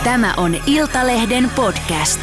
Tämä on Iltalehden podcast.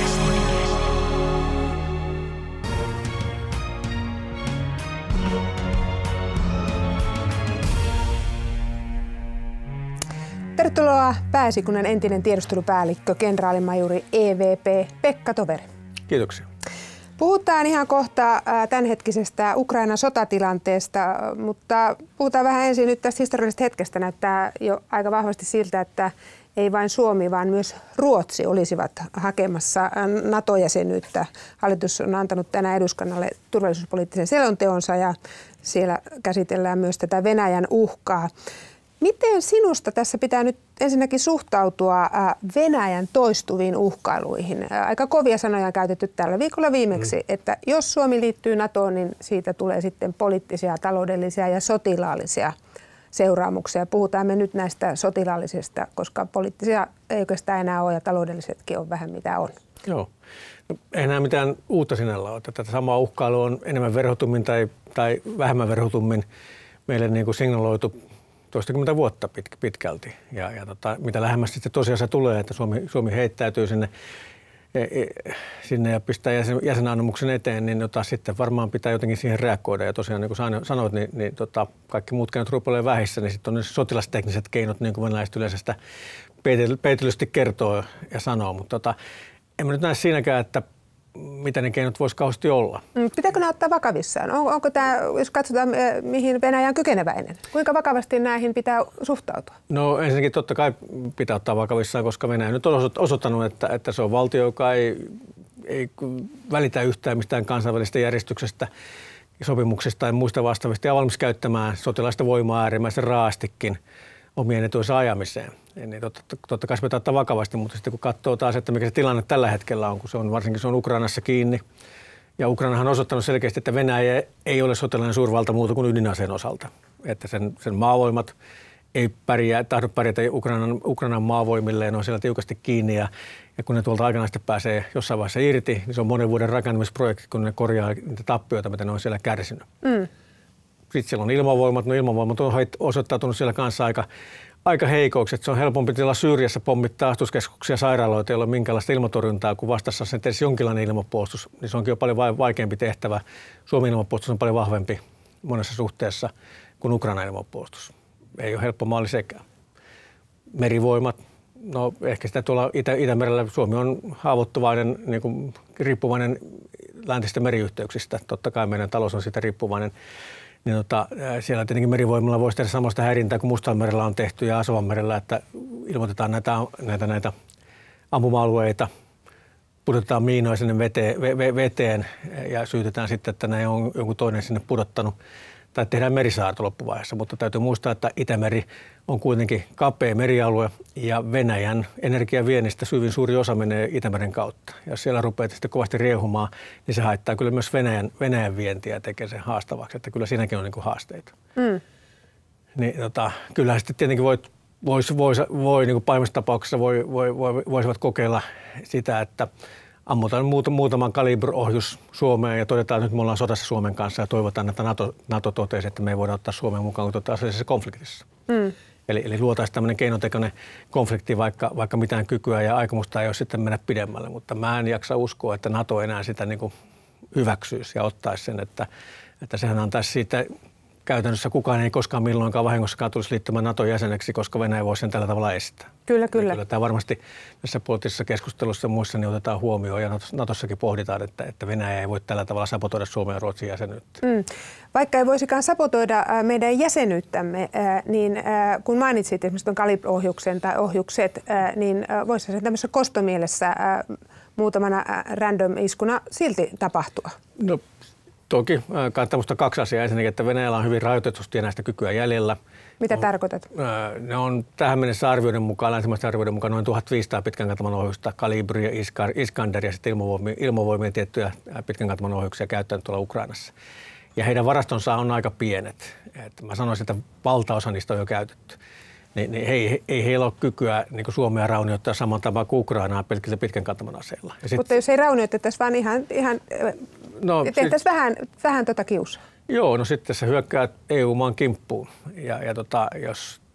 Tervetuloa Pääesikunnan entinen tiedustelupäällikkö, kenraalimajuri EVP Pekka Toveri. Kiitoksia. Puhutaan ihan kohta tämänhetkisestä Ukrainan sotatilanteesta, mutta puhutaan vähän ensin nyt tästä historiallisesta hetkestä. Näyttää jo aika vahvasti siltä, että ei vain Suomi, vaan myös Ruotsi olisivat hakemassa NATO-jäsenyyttä. Hallitus on antanut tänään eduskunnalle turvallisuuspoliittisen selonteonsa ja siellä käsitellään myös tätä Venäjän uhkaa. Miten sinusta tässä pitää nyt ensinnäkin suhtautua Venäjän toistuviin uhkailuihin? Aika kovia sanoja on käytetty tällä viikolla viimeksi, että jos Suomi liittyy NATOon, niin siitä tulee sitten poliittisia, taloudellisia ja sotilaallisia seuraamuksia. Puhutaan me nyt näistä sotilaallisista, koska poliittisia ei oikeastaan enää ole ja taloudellisetkin on vähän mitä on. Joo. No, ei enää mitään uutta sinällä ole. Tätä samaa uhkailua on enemmän verhotummin tai vähemmän verhotummin meille niin kuin signaloitu toistakymmentä vuotta pitkälti. Mitä lähemmäs sitten tosiaan tulee, että Suomi heittäytyy sinne ja pistää jäsenanomuksen eteen, niin sitten varmaan pitää jotenkin siihen reagoida. Ja tosiaan, niin kuin sanoit, niin kaikki muut keinot rupeavat vähissä, niin sitten on ne sotilastekniset keinot, niin kuin venäläiset yleensä sitä peitellysti kertoo ja sanoo. Mutta en mä nyt näe siinäkään, että mitä ne keinot voisi kauheasti olla. Pitääkö nämä ottaa vakavissaan? Onko tämä, jos katsotaan, mihin Venäjä on kykeneväinen, kuinka vakavasti näihin pitää suhtautua? No ensinnäkin totta kai pitää ottaa vakavissaan, koska Venäjä nyt on osoittanut, että se on valtio, joka ei välitä yhtään mistään kansainvälisestä järjestyksestä, sopimuksista ja muista vastaavista ja valmis käyttämään sotilaista voimaa äärimmäisen raastikin omien etujensa ajamiseen. Niin totta kai se pitää ottaa vakavasti, mutta sitten kun katsoo taas, että mikä se tilanne tällä hetkellä on, kun se on Ukrainassa kiinni. Ja Ukrainahan on osoittanut selkeästi, että Venäjä ei ole sotilainen suurvalta muuta kuin ydinaseen osalta. Että sen maavoimat ei tahdo pärjätä Ukrainan maavoimille ja ne on siellä tiukasti kiinni. Ja kun ne tuolta aikanaan sitten pääsee jossain vaiheessa irti, niin se on monen vuoden rakentamisprojekti, kun ne korjaa niitä tappioita, mitä ne on siellä kärsinyt. Sitten siellä on ilmavoimat. No ilmavoimat on osoittautunut siellä kanssa aika heikoiksi. Että se on helpompi tila Syyriassa pommittaa asutuskeskuksia ja sairaaloita, joilla on minkälaista ilmatorjuntaa, kun vastassa sen edes jonkinlainen ilmapuolustus. Niin se onkin jo paljon vaikeampi tehtävä. Suomen ilmapuolustus on paljon vahvempi monessa suhteessa kuin Ukrainan ilmapuolustus. Ei ole helppo maali sekään. Merivoimat. No ehkä sitä tuolla Itämerellä Suomi on haavoittuvainen, niin kuin riippuvainen läntisistä meriyhteyksistä. Totta kai meidän talous on siitä riippuvainen. Niin siellä tietenkin merivoimilla voisi tehdä samasta häirintää kuin Mustanmerellä on tehty ja Asovanmerellä, että ilmoitetaan näitä ampuma-alueita, pudotetaan miinoja sinne veteen ja syytetään sitten, että ne on jonkun toinen sinne pudottanut. Tai tehdään merisaarto loppuvaiheessa, mutta täytyy muistaa, että Itämeri on kuitenkin kapea merialue ja Venäjän energiaviennistä hyvin suuri osa menee Itämeren kautta. Ja jos siellä rupeaa sitten kovasti riehumaan, niin se haittaa kyllä myös Venäjän vientiä ja tekee sen haastavaksi, että kyllä siinäkin on niin kuin haasteita. Niin, kyllähän sitten tietenkin voi niin kuin pahimmassa tapauksessa voisivat kokeilla sitä, että ammutaan muutaman kalibr-ohjus Suomeen ja todetaan, että nyt me ollaan sodassa Suomen kanssa ja toivotaan, että NATO totesi, että me ei voida ottaa Suomen mukaan kuin aseellisessa konfliktissa. Eli luotaisiin tämmöinen keinotekoinen konflikti, vaikka mitään kykyä ja aikomusta ei ole sitten mennä pidemmälle, mutta mä en jaksa uskoa, että NATO enää sitä niin kuin hyväksyisi ja ottaisi sen, että sehän antaisi siitä käytännössä kukaan ei koskaan milloinkaan vahingossakaan tulisi liittymään NATO-jäseneksi, koska Venäjä voisi sen tällä tavalla estää. Kyllä. Kyllä tämä varmasti tässä poliittisessa keskustelussa ja muissa niin otetaan huomioon ja Natossakin pohditaan, että Venäjä ei voi tällä tavalla sabotoida Suomen ja Ruotsin jäsenyyttä. Vaikka ei voisikaan sabotoida meidän jäsenyyttämme, niin kun mainitsit esimerkiksi tuon kalibr-ohjuksen tai ohjukset, niin voisi se tämmöisessä kostomielessä muutamana random-iskuna silti tapahtua? No, toki kannattaa muistaa kaksi asiaa. Ensinnäkin, että Venäjällä on hyvin rajoitetusti näistä kykyä jäljellä. Mitä tarkoitat? Ne on tähän mennessä länsimaisten arvioiden mukaan noin 1500 pitkän kantaman ohjusta, Kalibri ja Iskander ja sitten ilmavoimien tiettyjä pitkän kantaman ohjuksia käyttänyt tuolla Ukrainassa. Ja heidän varastonsa on aika pienet. Että mä sanoisin, että valtaosa niistä on jo käytetty. Niin ei heillä ole kykyä niin kuin Suomea raunioittaa saman tapaan kuin Ukrainaa pelkillä pitkän kantaman aseilla. Mutta jos ei raunioitettaisi, vaan ihan tehtäisiin vähän kiusaa. Joo, no sitten se hyökkää EU-maan kimppuun. Ja jos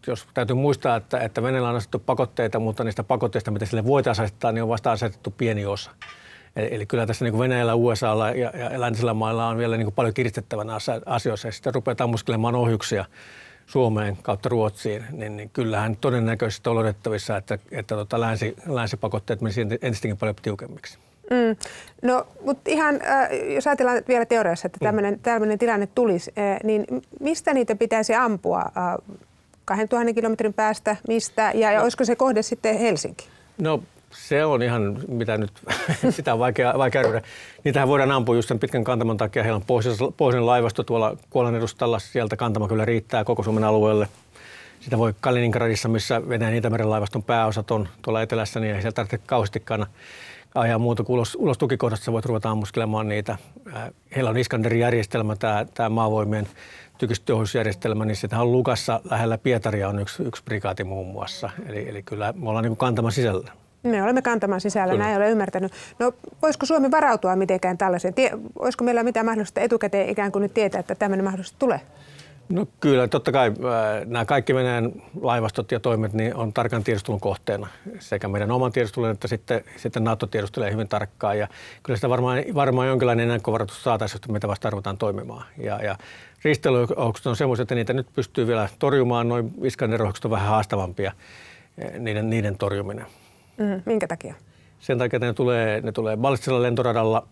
jos täytyy muistaa, että Venäjällä on asetettu pakotteita, mutta niistä pakotteista, mitä sille voitaisiin asettaa, niin on vasta asetettu pieni osa. Eli kyllä tässä niin kuin Venäjällä, USAlla ja läntisillä mailla on vielä niin kuin paljon kiristettävänä asioissa. Ja sitten rupeaa ammuskelemaan ohjuksia Suomeen kautta Ruotsiin, niin kyllähän todennäköisesti on odotettavissa, että länsipakotteet menisivät entistäkin paljon tiukemmiksi. No, mutta ihan, jos ajatellaan vielä teoriassa, että tämmöinen tilanne tulisi, niin mistä niitä pitäisi ampua? 2000 kilometrin päästä, mistä? Ja olisiko se kohde sitten Helsinki? No, se on ihan, mitä nyt, sitä on vaikea arvioida. Niitähän voidaan ampua just sen pitkän kantaman takia. Heillä on pohjoisen laivasto tuolla Kuolan edustalla. Sieltä kantama kyllä riittää koko Suomen alueelle. Sitä voi Kaliningradissa, missä Venäjän Itämeren laivaston pääosat on tuolla etelässä, niin ei sieltä tarvitse kauheastikaan ajaa muuta kuin ulos tukikohdasta, sä voit ruveta ammuskelemaan niitä. Heillä on Iskanderin järjestelmä, tämä maavoimien tykistöohjusjärjestelmä, niin sitähän on Lukassa lähellä Pietaria on yksi prikaati muun muassa. Eli kyllä me ollaan niin kantaman sisällä. Me olemme kantaman sisällä, kyllä. Näin olen ymmärtänyt. No, voisiko Suomi varautua mitenkään tällaiseen? Olisiko meillä mitään mahdollista etukäteen ikään kuin nyt tietää, että tämmöinen mahdollisuus tulee? No kyllä, totta kai nämä kaikki Venäjän laivastot ja toimet niin on tarkan tiedustelun kohteena. Sekä meidän oman tiedustelun että sitten NATO tiedustelee hyvin tarkkaan. Ja kyllä sitä varmaan jonkinlainen ennakkovaroitus saataisiin, että mitä vasta arvotaan toimimaan. Ja risteilyohjukset on semmoiset, että niitä nyt pystyy vielä torjumaan. Noin Iskander-ohjukset on vähän haastavampia, niiden torjuminen. Minkä takia? Sen takia, että ne tulee ballistisella lentoradalla,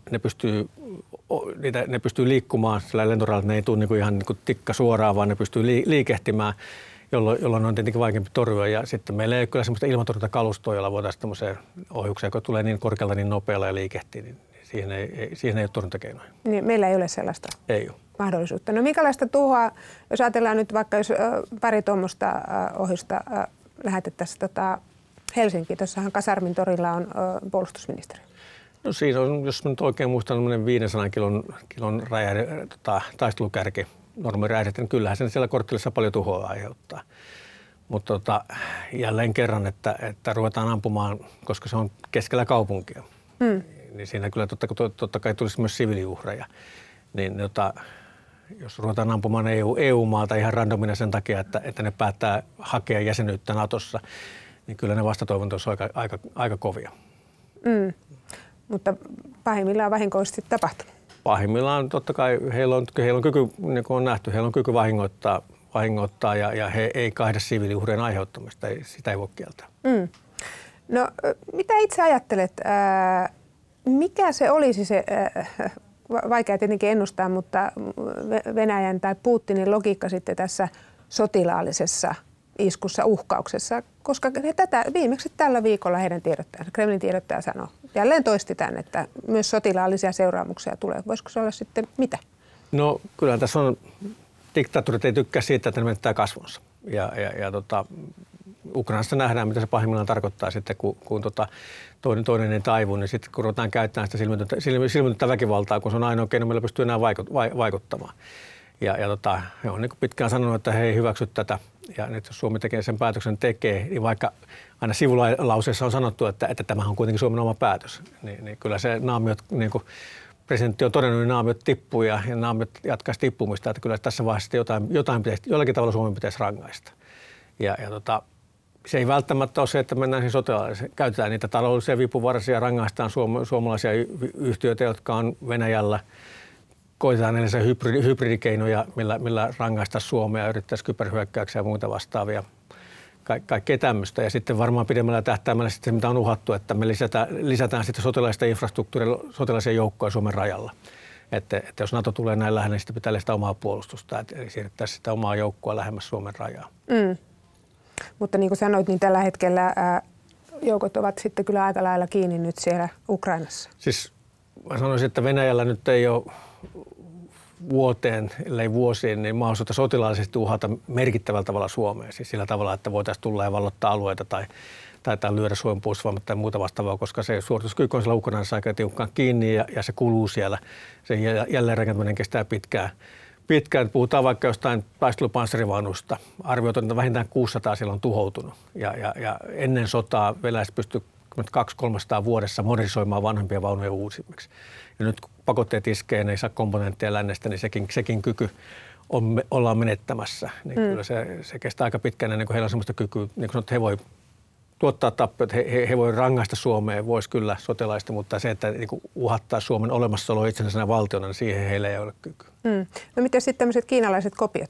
ne pystyy liikkumaan sillä lentoradalla, ne ei tule niinku ihan niinku tikka suoraan, vaan ne pystyy liikehtimään, jolloin on tietenkin vaikeampi torjua. Ja sitten meillä ei ole kyllä sellaista ilmatorjuntakalustoa, jolla voitaisiin tämmöiseen ohjukseen, joka tulee niin korkealta, niin nopealla ja liikehtii, niin siihen ei ole torjuntakeinoja. Niin, meillä ei ole sellaista ei ole mahdollisuutta. No minkälaista tuhoa, jos ajatellaan nyt vaikka, jos pari tuommoista ohjusta lähetettäisiin Helsinki, tuossahan Kasarmin torilla on puolustusministeriö. No siinä on, jos nyt oikein muistan, 500 kilon taistelukärki normiräjähdettä, niin kyllähän sen siellä korttelissa paljon tuhoa aiheuttaa. Mutta jälleen kerran, että ruvetaan ampumaan, koska se on keskellä kaupunkia, niin siinä kyllä totta kai tulisi myös siviiliuhreja. Niin jos ruvetaan ampumaan EU-maalta ihan randomina sen takia, että ne päättää hakea jäsenyyttä Natossa, niin kyllä ne vastatoivonta olisi aika kovia. Mutta pahimmillaan vahinkoisesti tapahtunut. Pahimmillaan totta kai heillä on kyky, niin kuin on nähty, heillä on kyky vahingoittaa ja he ei kaihda siviiliuhrien aiheuttamista, sitä ei voi kieltää. No mitä itse ajattelet, mikä se olisi se, vaikea tietenkin ennustaa, mutta Venäjän tai Putinin logiikka sitten tässä sotilaallisessa iskussa, uhkauksessa, koska viimeksi tällä viikolla heidän tiedottajansa, Kremlin tiedottaja sanoi, jälleen toisti tämän, että myös sotilaallisia seuraamuksia tulee. Voisiko se olla sitten mitä? No kyllä tässä on, diktaattorit ei tykkää siitä, että ne menettää kasvonsa. Ukrainassa nähdään, mitä se pahimmillaan tarkoittaa sitten, kun toinen ei taivu, niin sitten kun ruvetaan käyttämään sitä silmitöntä väkivaltaa, kun se on ainoa keino, millä pystyy enää vaikuttamaan. He on niin pitkään sanonut, että he ei hyväksy tätä. Ja nyt jos Suomi sen päätöksen tekee, niin vaikka aina sivulauseessa on sanottu, että tämä on kuitenkin Suomen oma päätös, niin kyllä se naamiot, niin kuin presidentti on todennut, niin naamiot tippuu ja naamiot jatkaisi tippumista, että kyllä tässä vaiheessa jollakin tavalla Suomen pitäisi rangaista. Se ei välttämättä ole se, että mennään siis sotilaallisesti. Käytetään niitä taloudellisia vipuvarsia, rangaistaan suomalaisia yhtiöitä, jotka on Venäjällä. Koitetaan erilaisia hybridikeinoja, millä rangaista Suomea ja yrittäisiin kyberhyökkäyksiä ja muita vastaavia. Kaikkea tämmöistä. Ja sitten varmaan pidemmällä tähtäimellä sitten, mitä on uhattu, että me lisätään sitten sotilaista infrastruktuuria, sotilaisia joukkoja Suomen rajalla. Että jos NATO tulee näin lähelle, niin sitten pitää sitä omaa puolustusta, eli siirrettäisiin sitä omaa joukkoa lähemmäs Suomen rajaa. Mutta niin kuin sanoit, niin tällä hetkellä joukot ovat sitten kyllä aika lailla kiinni nyt siellä Ukrainassa. Siis mä sanoisin, että Venäjällä nyt ei ole vuoteen, ellei vuosiin, niin mahdollisuutta sotilaallisesti uhata merkittävällä tavalla Suomeen. Siis sillä tavalla, että voitaisiin tulla ja vallottaa alueita tai lyödä Suomen puolustusvoimat tai muuta vastaavaa, koska se suorituskyky on siellä Ukrainassa aika tiukkaan kiinni ja se kuluu siellä. Se jälleenrakentaminen kestää pitkään. Puhutaan vaikka jostain taistelupanssarivaunusta. Arvioitu, että vähintään 600 siellä on tuhoutunut. Ja ennen sotaa venäläiset pystyivät 200-300 vuodessa modernisoimaan vanhempia vaunuja uusimmiksi. Ja nyt kun pakotteet iskee, ne ei saa komponentteja lännestä, niin sekin kyky ollaan menettämässä. Niin kyllä se kestää aika pitkään ennen kuin heillä on sellaista kykyä, niin kuin sanot, että he voi tuottaa tappiot, he voi rangaista Suomeen, voisi kyllä sotilaista, mutta se, että niin uhattaa Suomen olemassaolo itsenäisenä valtiona, niin siihen heillä ei ole kykyä. No miten sitten tämmöiset kiinalaiset kopiot?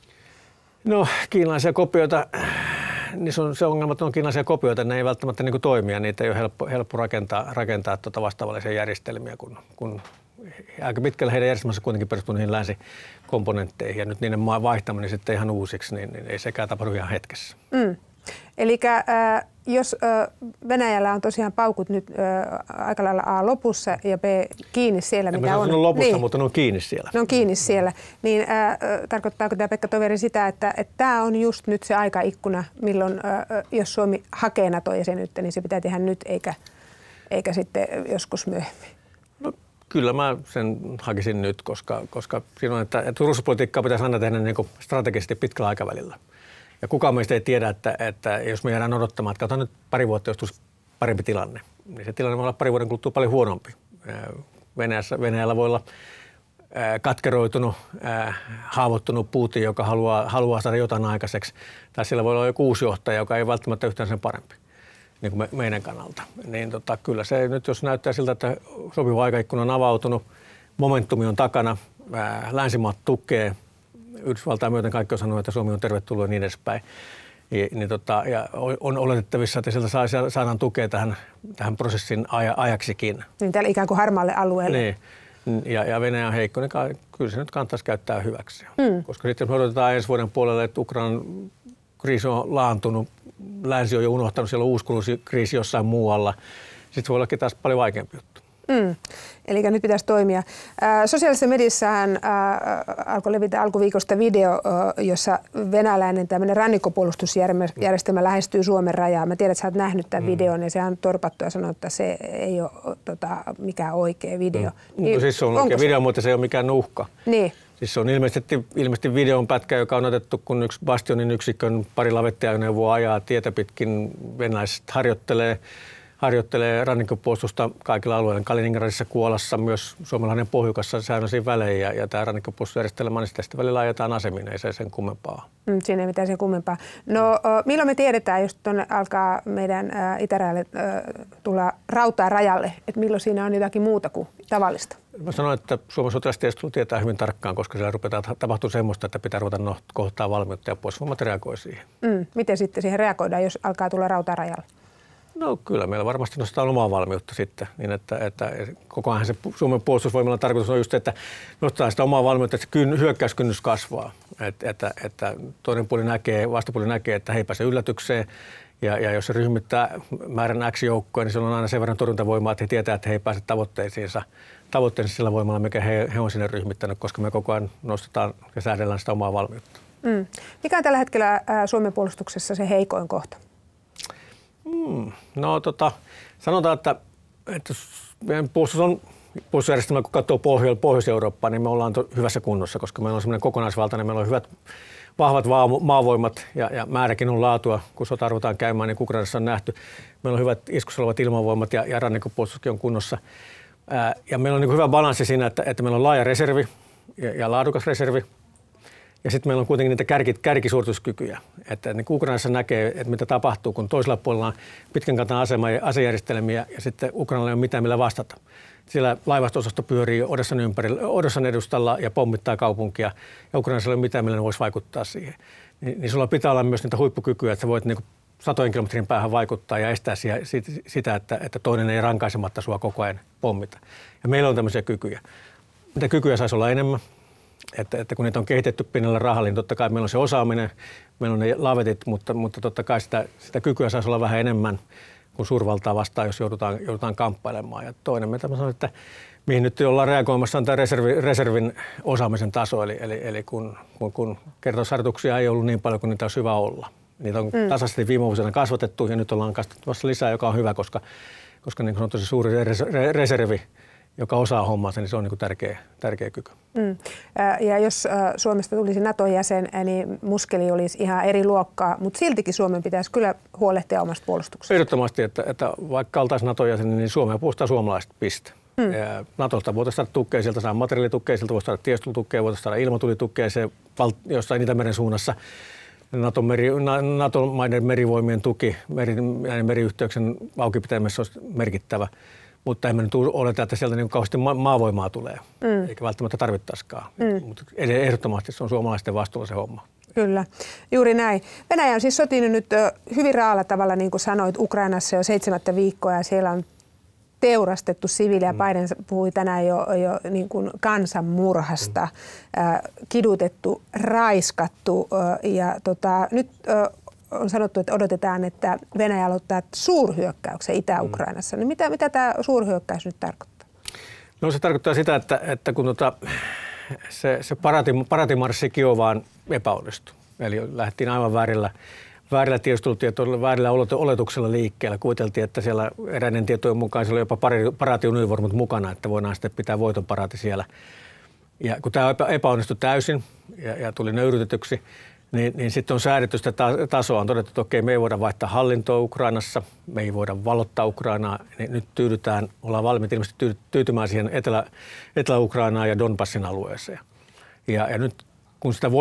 No kiinalaisia kopioita, niin se ongelma, että on kiinalaisia kopioita, ne ei välttämättä niin kuin toimia, niitä ei ole helppo rakentaa vastaavallisia järjestelmiä, kun aika pitkällä heidän järjestelmänsä kuitenkin perustuu niihin länsikomponentteihin ja nyt niiden vaihtaminen sitten ihan uusiksi, niin ei sekään tapahdu ihan hetkessä. Eli jos Venäjällä on tosiaan paukut nyt aika lailla A lopussa ja B kiinni siellä, mitä on. Ne on lopussa, mutta ne on kiinni siellä. Ne on kiinni siellä. Niin tarkoittaako tämä Pekka Toveri sitä, että tämä on just nyt se aikaikkuna, milloin jos Suomi hakee NATO-jäsenyyttä, niin se pitää tehdä nyt eikä sitten joskus myöhemmin? No, kyllä mä sen hakisin nyt, koska siinä on, että turvallisuuspolitiikkaa pitäisi aina tehdä niin kuin strategisesti pitkällä aikavälillä. Ja kukaan meistä ei tiedä, että jos me jäädään odottamaan, että katsotaan nyt pari vuotta, jos tulisi parempi tilanne, niin se tilanne voi olla pari vuoden kuluttua paljon huonompi. Venäjällä voi olla katkeroitunut, haavoittunut Putin, joka haluaa saada jotain aikaiseksi. Tai siellä voi olla joku uusi johtaja, joka ei välttämättä yhtään sen parempi niin kuin meidän kannalta. Niin kyllä se nyt, jos näyttää siltä, että sopiva aikaikkuna on avautunut, momentumi on takana, länsimaat tukee, Yhdysvaltain myöten kaikki on sanonut, että Suomi on tervetullut ja niin edespäin. Ja on oletettavissa, että sieltä saadaan tukea tähän prosessin ajaksikin. Niin täällä ikään kuin harmaalle alueelle. Niin. Ja Venäjä on heikko, niin kyllä se nyt kannattaisi käyttää hyväksi. Koska sitten jos me odotetaan ensi vuoden puolelle, että Ukrainan kriisi on laantunut, länsi on jo unohtanut, siellä on uusi kriisi jossain muualla, sitten voi ollakin taas paljon vaikeampi juttu. Eli nyt pitäisi toimia. Sosiaalisessa mediassahan alkoi levitä alkuviikosta video, jossa venäläinen tämmöinen rannikkopuolustusjärjestelmä lähestyy Suomen rajaa. Mä tiedän, että sä oot nähnyt tämän videon ja se on torpattu ja sanonut, että se ei ole mikään oikea video. Niin, siis se on oikea video, mutta se ei ole mikään uhka. Niin. Siis se on ilmeisesti videon pätkä, joka on otettu, kun yksi Bastionin yksikön pari lavettiajoneuvoa ajaa tietä pitkin. Venäläiset harjoittelee rannikkopuolustusta kaikilla alueilla. Kaliningradissa, Kuolassa, myös Suomenlahden pohjukassa säännöllisiin välein. Ja tämä rannikkopuolustusjärjestelmä, niin sitten välillä ajetaan asemiin, ei se sen kummempaa. Siinä ei mitään sen kummempaa. No milloin me tiedetään, jos tuonne alkaa meidän itärajalle tulla rautaa rajalle, että milloin siinä on jotakin muuta kuin tavallista? Mä sanoin, että Suomen sotilastiedustelu tietää hyvin tarkkaan, koska siellä rupeaa tapahtua semmoista, että pitää ruveta kohtaa valmiutta ja puolustusvoimat reagoi siihen. Miten sitten siihen reagoidaan, jos alkaa tulla rautaa rajalle? No kyllä, meillä varmasti nostetaan omaa valmiutta sitten, niin että koko ajan se Suomen puolustusvoimilla tarkoitus on just, että nostetaan sitä omaa valmiutta, että se hyökkäyskynnys kasvaa. Että toinen puoli vastapuoli näkee, että he ei pääse yllätykseen, ja jos se ryhmittää määrän X joukkoja, niin silloin on aina sen verran torjuntavoimaa, että he tietää, että he ei pääse tavoitteisiinsa sillä voimalla, mikä he on sinne ryhmittänyt, koska me koko ajan nostetaan ja säädellään sitä omaa valmiutta. Mikä on tällä hetkellä Suomen puolustuksessa se heikoin kohta? No sanotaan, että meidän puolustusjärjestelmä, kun katsoo Pohjois-Eurooppaa, niin me ollaan hyvässä kunnossa, koska meillä on semmoinen kokonaisvaltainen, meillä on hyvät, vahvat maavoimat ja määräkin on laatua, kun sota arvotaan käymään, niin Ukrainassa on nähty. Meillä on hyvät iskussa olevat ilmavoimat ja rannikkopuolustuskin on kunnossa. Ja meillä on niin hyvä balanssi siinä, että meillä on laaja reservi ja laadukas reservi. Ja sitten meillä on kuitenkin niitä kärkisuorituskykyjä, että niin Ukrainassa näkee, että mitä tapahtuu, kun toisella puolella on pitkän kantan asejärjestelmiä ja sitten Ukrainalla ei ole mitään millä vastata. Siellä laivasto-osasto pyörii Odessan edustalla ja pommittaa kaupunkia ja Ukrainassa ei ole mitään, millä ne voisi vaikuttaa siihen. Niin sulla pitää olla myös niitä huippukykyjä, että sä voit niinku satojen kilometrin päähän vaikuttaa ja estää sitä, että toinen ei rankaisematta sua koko ajan pommita. Ja meillä on tämmöisiä kykyjä. Mitä kykyjä saisi olla enemmän? Että kun niitä on kehitetty pienellä rahalla, niin totta kai meillä on se osaaminen, meillä on ne lavetit, mutta totta kai sitä kykyä saisi olla vähän enemmän kuin suurvaltaa vastaan, jos joudutaan kamppailemaan. Ja toinen, mitä mä sanon, että mihin nyt ollaan reagoimassa, on tämä reservin osaamisen taso. Eli kun kertausharjoituksia ei ollut niin paljon kuin niitä olisi hyvä olla. Niitä on tasaisesti viime vuosina kasvatettu ja nyt ollaan kasvattamassa lisää, joka on hyvä, koska niin kuin on tosi suuri reservi, joka osaa hommansa, niin se on niin kuin tärkeä kyky. Ja jos Suomesta tulisi NATO-jäsen, niin muskeli olisi ihan eri luokkaa, mutta siltikin Suomen pitäisi kyllä huolehtia omasta puolustuksesta. Ehdottomasti, että vaikka oltaisiin NATO-jäsen, niin Suomea puolustaa suomalaiset, piste. Natolta voitaisiin saada tukea, sieltä saa materiaalitukea, sieltä voisi saada tiestutukea, voitaisiin saada ilmatulitukkea se jossain Itämeren suunnassa. NATO-maiden merivoimien tuki meriyhteyksen auki pitämisessä olisi merkittävä, mutta emme nyt oleta, että sieltä niin kauheasti maavoimaa tulee, eikä välttämättä tarvittaisikaan. Mutta ehdottomasti se on suomalaisten vastuulla se homma. Kyllä, juuri näin. Venäjä on siis sotinut nyt hyvin raalla tavalla, niin kuin sanoit, Ukrainassa jo 7 viikkoa ja siellä on teurastettu siviiliä. Biden puhui tänään jo niin kuin kansanmurhasta, kidutettu, raiskattu ja nyt on sanottu, että odotetaan, että Venäjä aloittaa suurhyökkäyksen Itä-Ukrainassa. No mitä tämä suurhyökkäys nyt tarkoittaa? No se tarkoittaa sitä, että kun se paratimarssi Kiovaan epäonnistui. Eli lähdettiin aivan väärillä tiedustelutietoilla, väärillä oletuksella liikkeellä. Kuviteltiin, että siellä eräiden tietojen mukaan siellä oli jopa paraatiunivormut mukana, että voidaan sitten pitää voiton paraati siellä. Ja kun tämä epäonnistui täysin ja tuli nöyrytetyksi, niin sitten on säädetty sitä tasoa. On todettu, että okei, me ei voida vaihtaa hallintoa Ukrainassa, me ei voida valottaa Ukrainaa. Niin nyt ollaan valmiit ilmeisesti tyytymään siihen Etelä-Ukrainaan ja Donbassin alueeseen. Ja nyt kun sitä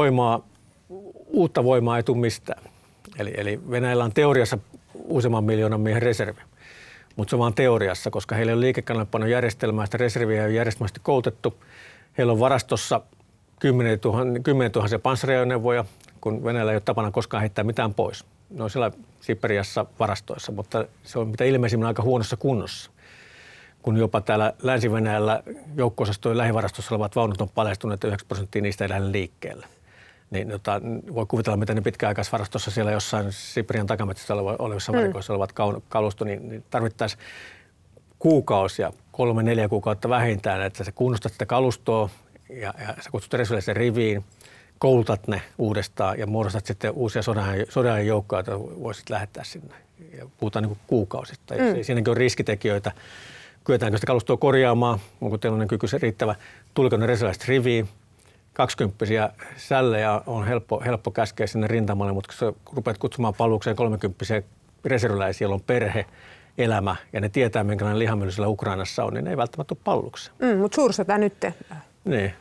uutta voimaa ei tule mistään. Eli Venäjällä on teoriassa useamman miljoonan miehen reservi, mutta se on vain teoriassa, koska heillä ei ole liikekannallepanojärjestelmää, sitä reserviä ei ole järjestelmästi koulutettu. Heillä on varastossa 10 000 panssariajoneuvoja, kun Venäjällä ei ole tapana koskaan heittää mitään pois. Ne on siellä Siperiassa varastoissa, mutta se on mitä ilmeisimmin aika huonossa kunnossa. Kun jopa täällä Länsi-Venäjällä joukko-osastojen lähivarastossa olevat vaunut on paljastuneet, että 9% niistä ei lähde liikkeelle. Niin voi kuvitella, miten ne pitkäaikaisvarastossa siellä jossain Siperian takametsissä olevissa varikoissa olevat kalusto, niin tarvittaisiin kuukausia, 3-4 kuukautta vähintään, että sä kunnostat sitä kalustoa ja sä kutsut resursseja riviin, koulutat ne uudestaan ja muodostat sitten uusia sodan joukkoja, joita voisit lähettää sinne. Ja puhutaan niin kuin kuukausista. Siinäkin on riskitekijöitä. Kyetäänkö sitä kalustoa korjaamaan? Onko teillä kyky se riittävä? Tuliko ne resurssit riviin? 20-kympppisiä sällejä on helppo käskeä sinne rintamalle, mutta kun sä rupeat kutsumaan palvelukseen 30-kympppisiä reserviläisiä, joilla on perhe, elämä ja ne tietää, minkälainen lihamylly siellä Ukrainassa on, niin ne ei välttämättä ole palveluksessa. Mutta suursota nyt. Niin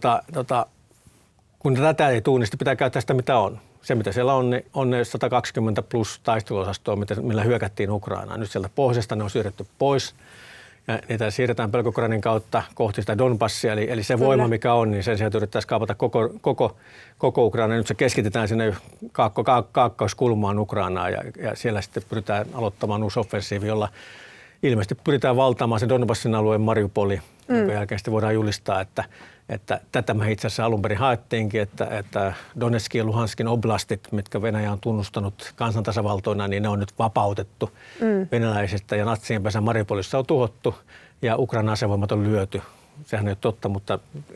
kun tätä ei tule, niin pitää käyttää sitä, mitä on. Se, mitä siellä on ne 120 plus taisteluosastoa, millä hyökättiin Ukrainaan. Nyt sieltä pohjoisesta ne on siirretty pois. Ja niitä siirretään Pelkogranin kautta kohti sitä Donbassia, eli se voima, mikä on, niin sen sieltä yrittäisiin kaapata koko Ukraina. Nyt se keskitetään sinne kaakkoiskulmaan Ukrainaan ja siellä sitten pyritään aloittamaan uusi offensiivi, jolla ilmeisesti pyritään valtaamaan sen Donbassin alueen Mariupoli, jonka jälkeen sitten voidaan julistaa, että tätä me itse asiassa alun perin haettiinkin, että Donetskin ja Luhanskin oblastit, mitkä Venäjä on tunnustanut kansantasavaltoina, niin ne on nyt vapautettu venäläisistä ja natsien pesä Mariupolissa on tuhottu ja Ukrainan asevoimat on lyöty. Sehän ei ole totta, mutta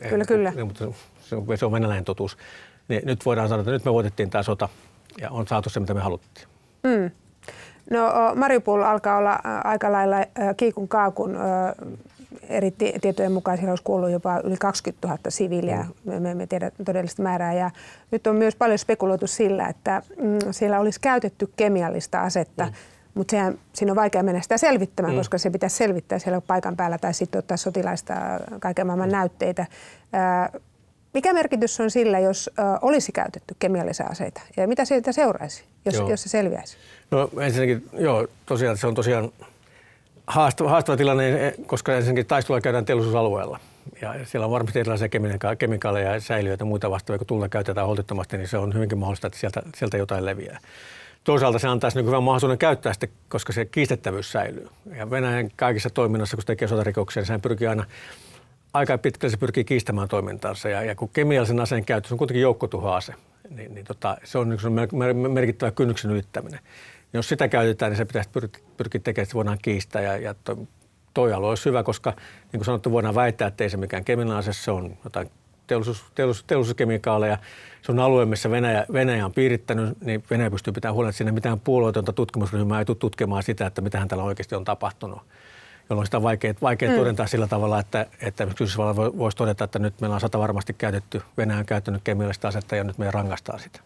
se on venäläinen totuus. Niin nyt voidaan sanoa, että nyt me voitettiin tämä sota ja on saatu se, mitä me haluttiin. No Mariupol alkaa olla aika lailla kiikun kaakun. Eri tietojen mukaan siellä olisi kuollut jopa yli 20 000 siviiliä, me emme tiedä todellista määrää. Ja nyt on myös paljon spekuloitu sillä, että siellä olisi käytetty kemiallista asetta, mutta siinä on vaikea mennä sitä selvittämään, koska se pitäisi selvittää siellä paikan päällä tai sitten ottaa sotilaista kaiken maailman näytteitä. Mikä merkitys on sillä, jos olisi käytetty kemiallisia aseita ja mitä sieltä seuraisi, jos se selviäisi? No ensinnäkin, tosiaan se on tosiaan haastava tilanne, koska ensinnäkin taistelua käydään teollisuusalueella. Ja siellä on varmasti erilaisia kemikaaleja ja säiliöitä ja muita vastaavia, kun tulta käytetään holtittomasti, niin se on hyvinkin mahdollista, että sieltä jotain leviää. Toisaalta se antaisi hyvän mahdollisuuden käyttää sitä, koska se kiistettävyys säilyy. Ja Venäjän kaikissa toiminnassa, kun se tekee sotarikoksia, niin sehän pyrkii aina aika pitkälle se pyrkii kiistämään toimintaansa. Ja kun kemiallisen aseen käyttö on kuitenkin joukkotuhoase, niin se on merkittävä kynnyksen ylittäminen. Jos sitä käytetään, niin se pitäisi pyrkiä tekemään, että se voidaan kiistää. Ja toi alue olisi hyvä, koska niin kuin sanottu, voidaan väittää, että ei se mikään kemiallinen ase, se on jotain teollisuuskemikaaleja. Se on alue, missä Venäjä on piirittänyt, niin Venäjä pystyy pitämään huolta, että siinä mitään puolueetonta tutkimusryhmää ei tule tutkimaan sitä, että mitähän täällä oikeasti on tapahtunut. Jolloin sitä on vaikea todentaa sillä tavalla, että Yhdysvallat voisi todeta, että nyt meillä on 100 varmasti käytetty, Venäjä on käyttänyt kemiallista asetta ja nyt me rangaistaan sitä.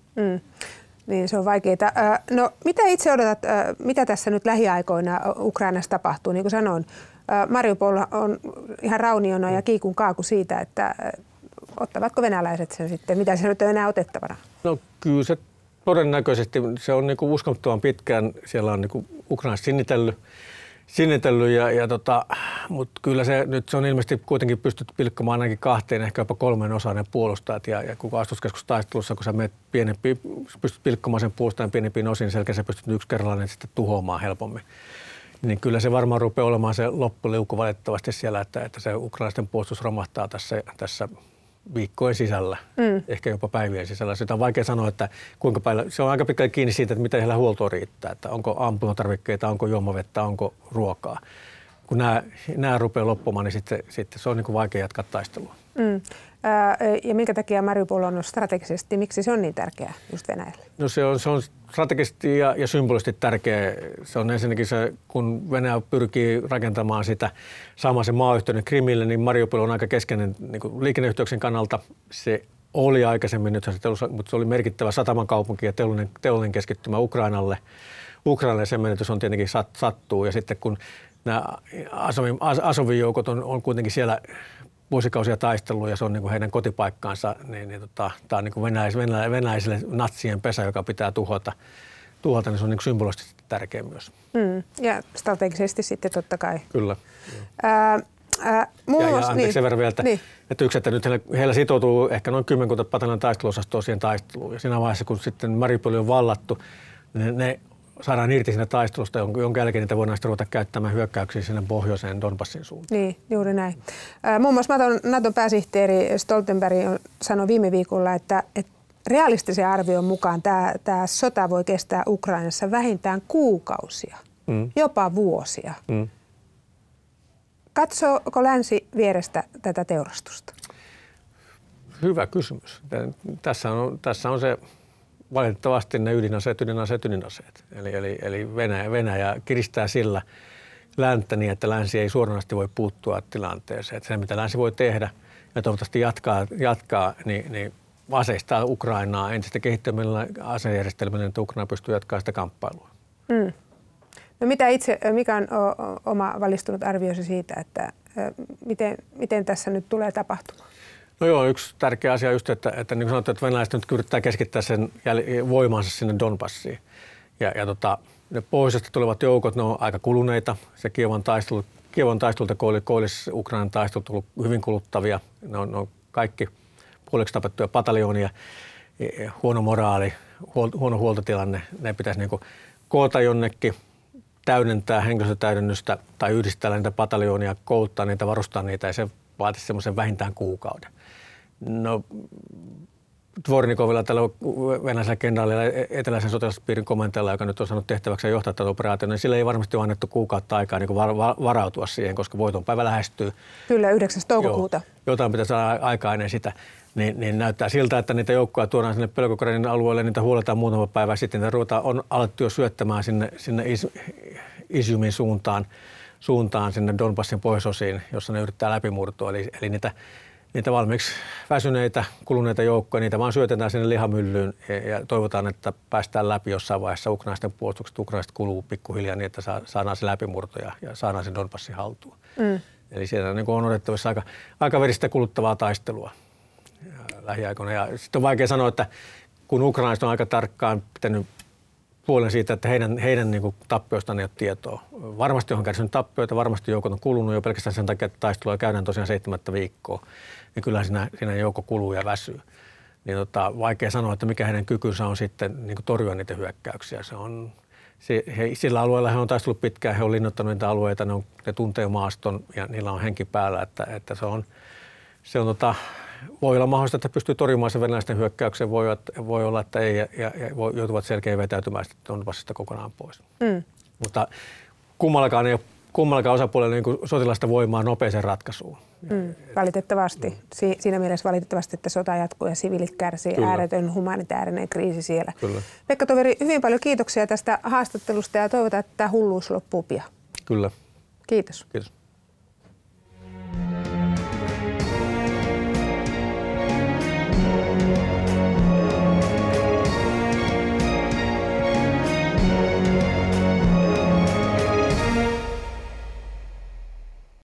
Niin, se on vaikeaa. No, mitä itse odotat, mitä tässä nyt lähiaikoina Ukrainassa tapahtuu? Niin kuin sanoin, Mariupol on ihan rauniona ja kiikun kaaku siitä, että ottavatko venäläiset sen sitten? Mitä se nyt on enää otettavana? No kyllä se todennäköisesti, se on niinku uskomattoman pitkään, siellä on niinku Ukrainassa sinnitellyt mutta kyllä se on ilmeisesti kuitenkin pystytty pilkkomaan ainakin 2, ehkä jopa 3 osaan ne puolustajat ja kun astuskeskustaistelussa, kun sä pystyt pilkkomaan sen puolustajan pienempiin osiin, niin selkeästi sä pystyt yksi kerrallaan sitten tuhoamaan helpommin. Niin kyllä se varmaan rupeaa olemaan se loppuliuku valitettavasti siellä, että se ukrainalaisten puolustus romahtaa tässä viikkojen sisällä, ehkä jopa päivien sisällä. Sitä on vaikea sanoa, että kuinka paljon, se on aika pitkälti kiinni siitä, että mitä heillä huoltoa riittää, että onko ampumatarvikkeita, onko juomavettä, onko ruokaa. Kun nämä rupeaa loppumaan, niin sitten se on niin kuin vaikea jatkaa taistelua. Ja minkä takia Mariupol on strategisesti, miksi se on niin tärkeää just Venäjälle? No se on strategisesti ja symbolisesti tärkeä. Se on ensinnäkin se, kun Venäjä pyrkii rakentamaan sitä, saamaan sen maayhteyden Krimille, niin Mariupol on aika keskeinen niin kuin liikenneyhteyksien kannalta. Se oli aikaisemmin, mutta se oli merkittävä satamakaupunki ja teollinen keskittymä Ukrainalle. Ukrainalle sen menetys on tietenkin sattuu ja sitten kun nämä Azovin joukot on kuitenkin siellä vuosikausia taistellut ja se on niin kuin heidän kotipaikkaansa, niin tämä on niin kuin venäläisille natsien pesä, joka pitää tuhota, niin se on niin kuin symbolisesti tärkeä myös. Ja strategisesti sitten totta kai. Kyllä. Niin. Sen verran vielä, että yksi, että nyt heillä sitoutuu ehkä noin 10 pataljonan taisteluosastoa siihen taisteluun. Ja siinä vaiheessa, kun sitten Mariupol on vallattu, niin ne saadaan irti siinä taistelusta, jonka jälkeen niitä voidaan sitten ruveta käyttämään hyökkäyksiä sinne pohjoiseen Donbassin suuntaan. Niin, juuri näin. Muun muassa Naton pääsihteeri Stoltenberg sanoi viime viikolla, että realistisen arvion mukaan tämä sota voi kestää Ukrainassa vähintään kuukausia, jopa vuosia. Katsooko länsi vierestä tätä teurastusta? Hyvä kysymys. Tässä on se valitettavasti ne ydinaseet. Eli Venäjä kiristää sillä länttä niin, että länsi ei suoranaisesti voi puuttua tilanteeseen. Että se, mitä länsi voi tehdä ja toivottavasti jatkaa niin aseistaa Ukrainaa entistä kehittämällä asejärjestelmällä, että Ukraina pystyy jatkamaan sitä kamppailua. No mikä on oma valistunut arvioisi siitä, että miten tässä nyt tulee tapahtumaan? No joo, yksi tärkeä asia just, että niin kuin sanottu, että venäläiset nyt yrittää keskittää sen voimansa sinne Donbassiin. Ne pohjoisesta tulevat joukot, ne on aika kuluneita. Se Kievan taistelulta Koillis-Ukrainan taistelut on ollut hyvin kuluttavia. Ne on kaikki puoliksi tapettuja pataljoonia, huono moraali, huono huoltotilanne. Ne pitäisi niin kuin koota jonnekin, täydentää henkilöstötäydennystä tai yhdistää niitä pataljoonia, kouluttaa niitä, varustaa niitä ja se vaatisi semmoisen vähintään kuukauden. No, Dvornikovilla, tällä venäläisellä kenraalilla, eteläisen sotilaspiirin komentajalla, joka nyt on saanut tehtäväksi johtaa tätä operaatiota, niin sillä ei varmasti ole annettu kuukautta aikaa niin varautua siihen, koska voitonpäivä lähestyy. Kyllä, 9. toukokuuta. Jotain pitää saada aikaa ennen sitä. Niin näyttää siltä, että niitä joukkoja tuodaan sinne Pelkogradin alueelle, niitä huoletaan muutama päivä sitten. Niitä on alettu jo syöttämään sinne Iziumin suuntaan sinne Donbassin pohjoisosiin, jossa ne yrittää läpimurtoa. Eli niitä valmiiksi väsyneitä, kuluneita joukkoja, niitä vaan syötetään sinne lihamyllyyn ja toivotaan, että päästään läpi jossain vaiheessa ukrainaisten puolustukset. Ukrainaiset kuluu pikkuhiljaa niin, että saadaan se läpimurto ja saadaan se Donbassin haltuun. Eli siellä niin on odotettavissa aika veristä kuluttavaa taistelua lähiaikoina. Ja sitten on vaikea sanoa, että kun ukrainaiset on aika tarkkaan pitänyt puolen siitä, että heidän niin kuin tappioistaan ei ole tietoa. Varmasti on kärsinyt tappioita, varmasti joukot on kulunut jo pelkästään sen takia, että taistelua käydään tosiaan 7 viikkoa. Ja kyllähän siinä joukko kuluu ja väsyy. Niin vaikea sanoa, että mikä heidän kykynsä on sitten niin kuin torjua niitä hyökkäyksiä. Sillä alueella he on taistellut pitkään, he on linnoittanut niitä alueita, ne tuntee maaston ja niillä on henki päällä, että voi olla mahdollista, että pystyy torjumaan sen venäläisten hyökkäyksen, voi olla, että ei, ja joutuvat selkeä vetäytymään Donbassista kokonaan pois. Mutta kummallakaan osapuolella niin sotilaista voimaa nopeeseen ratkaisuun. Valitettavasti. Siinä mielessä valitettavasti, että sota jatkuu ja siviilit kärsii. Kyllä. Ääretön humanitaarinen kriisi siellä. Kyllä. Pekka Toveri, hyvin paljon kiitoksia tästä haastattelusta ja toivotaan, että tämä hulluus loppuu pian. Kyllä. Kiitos. Kiitos.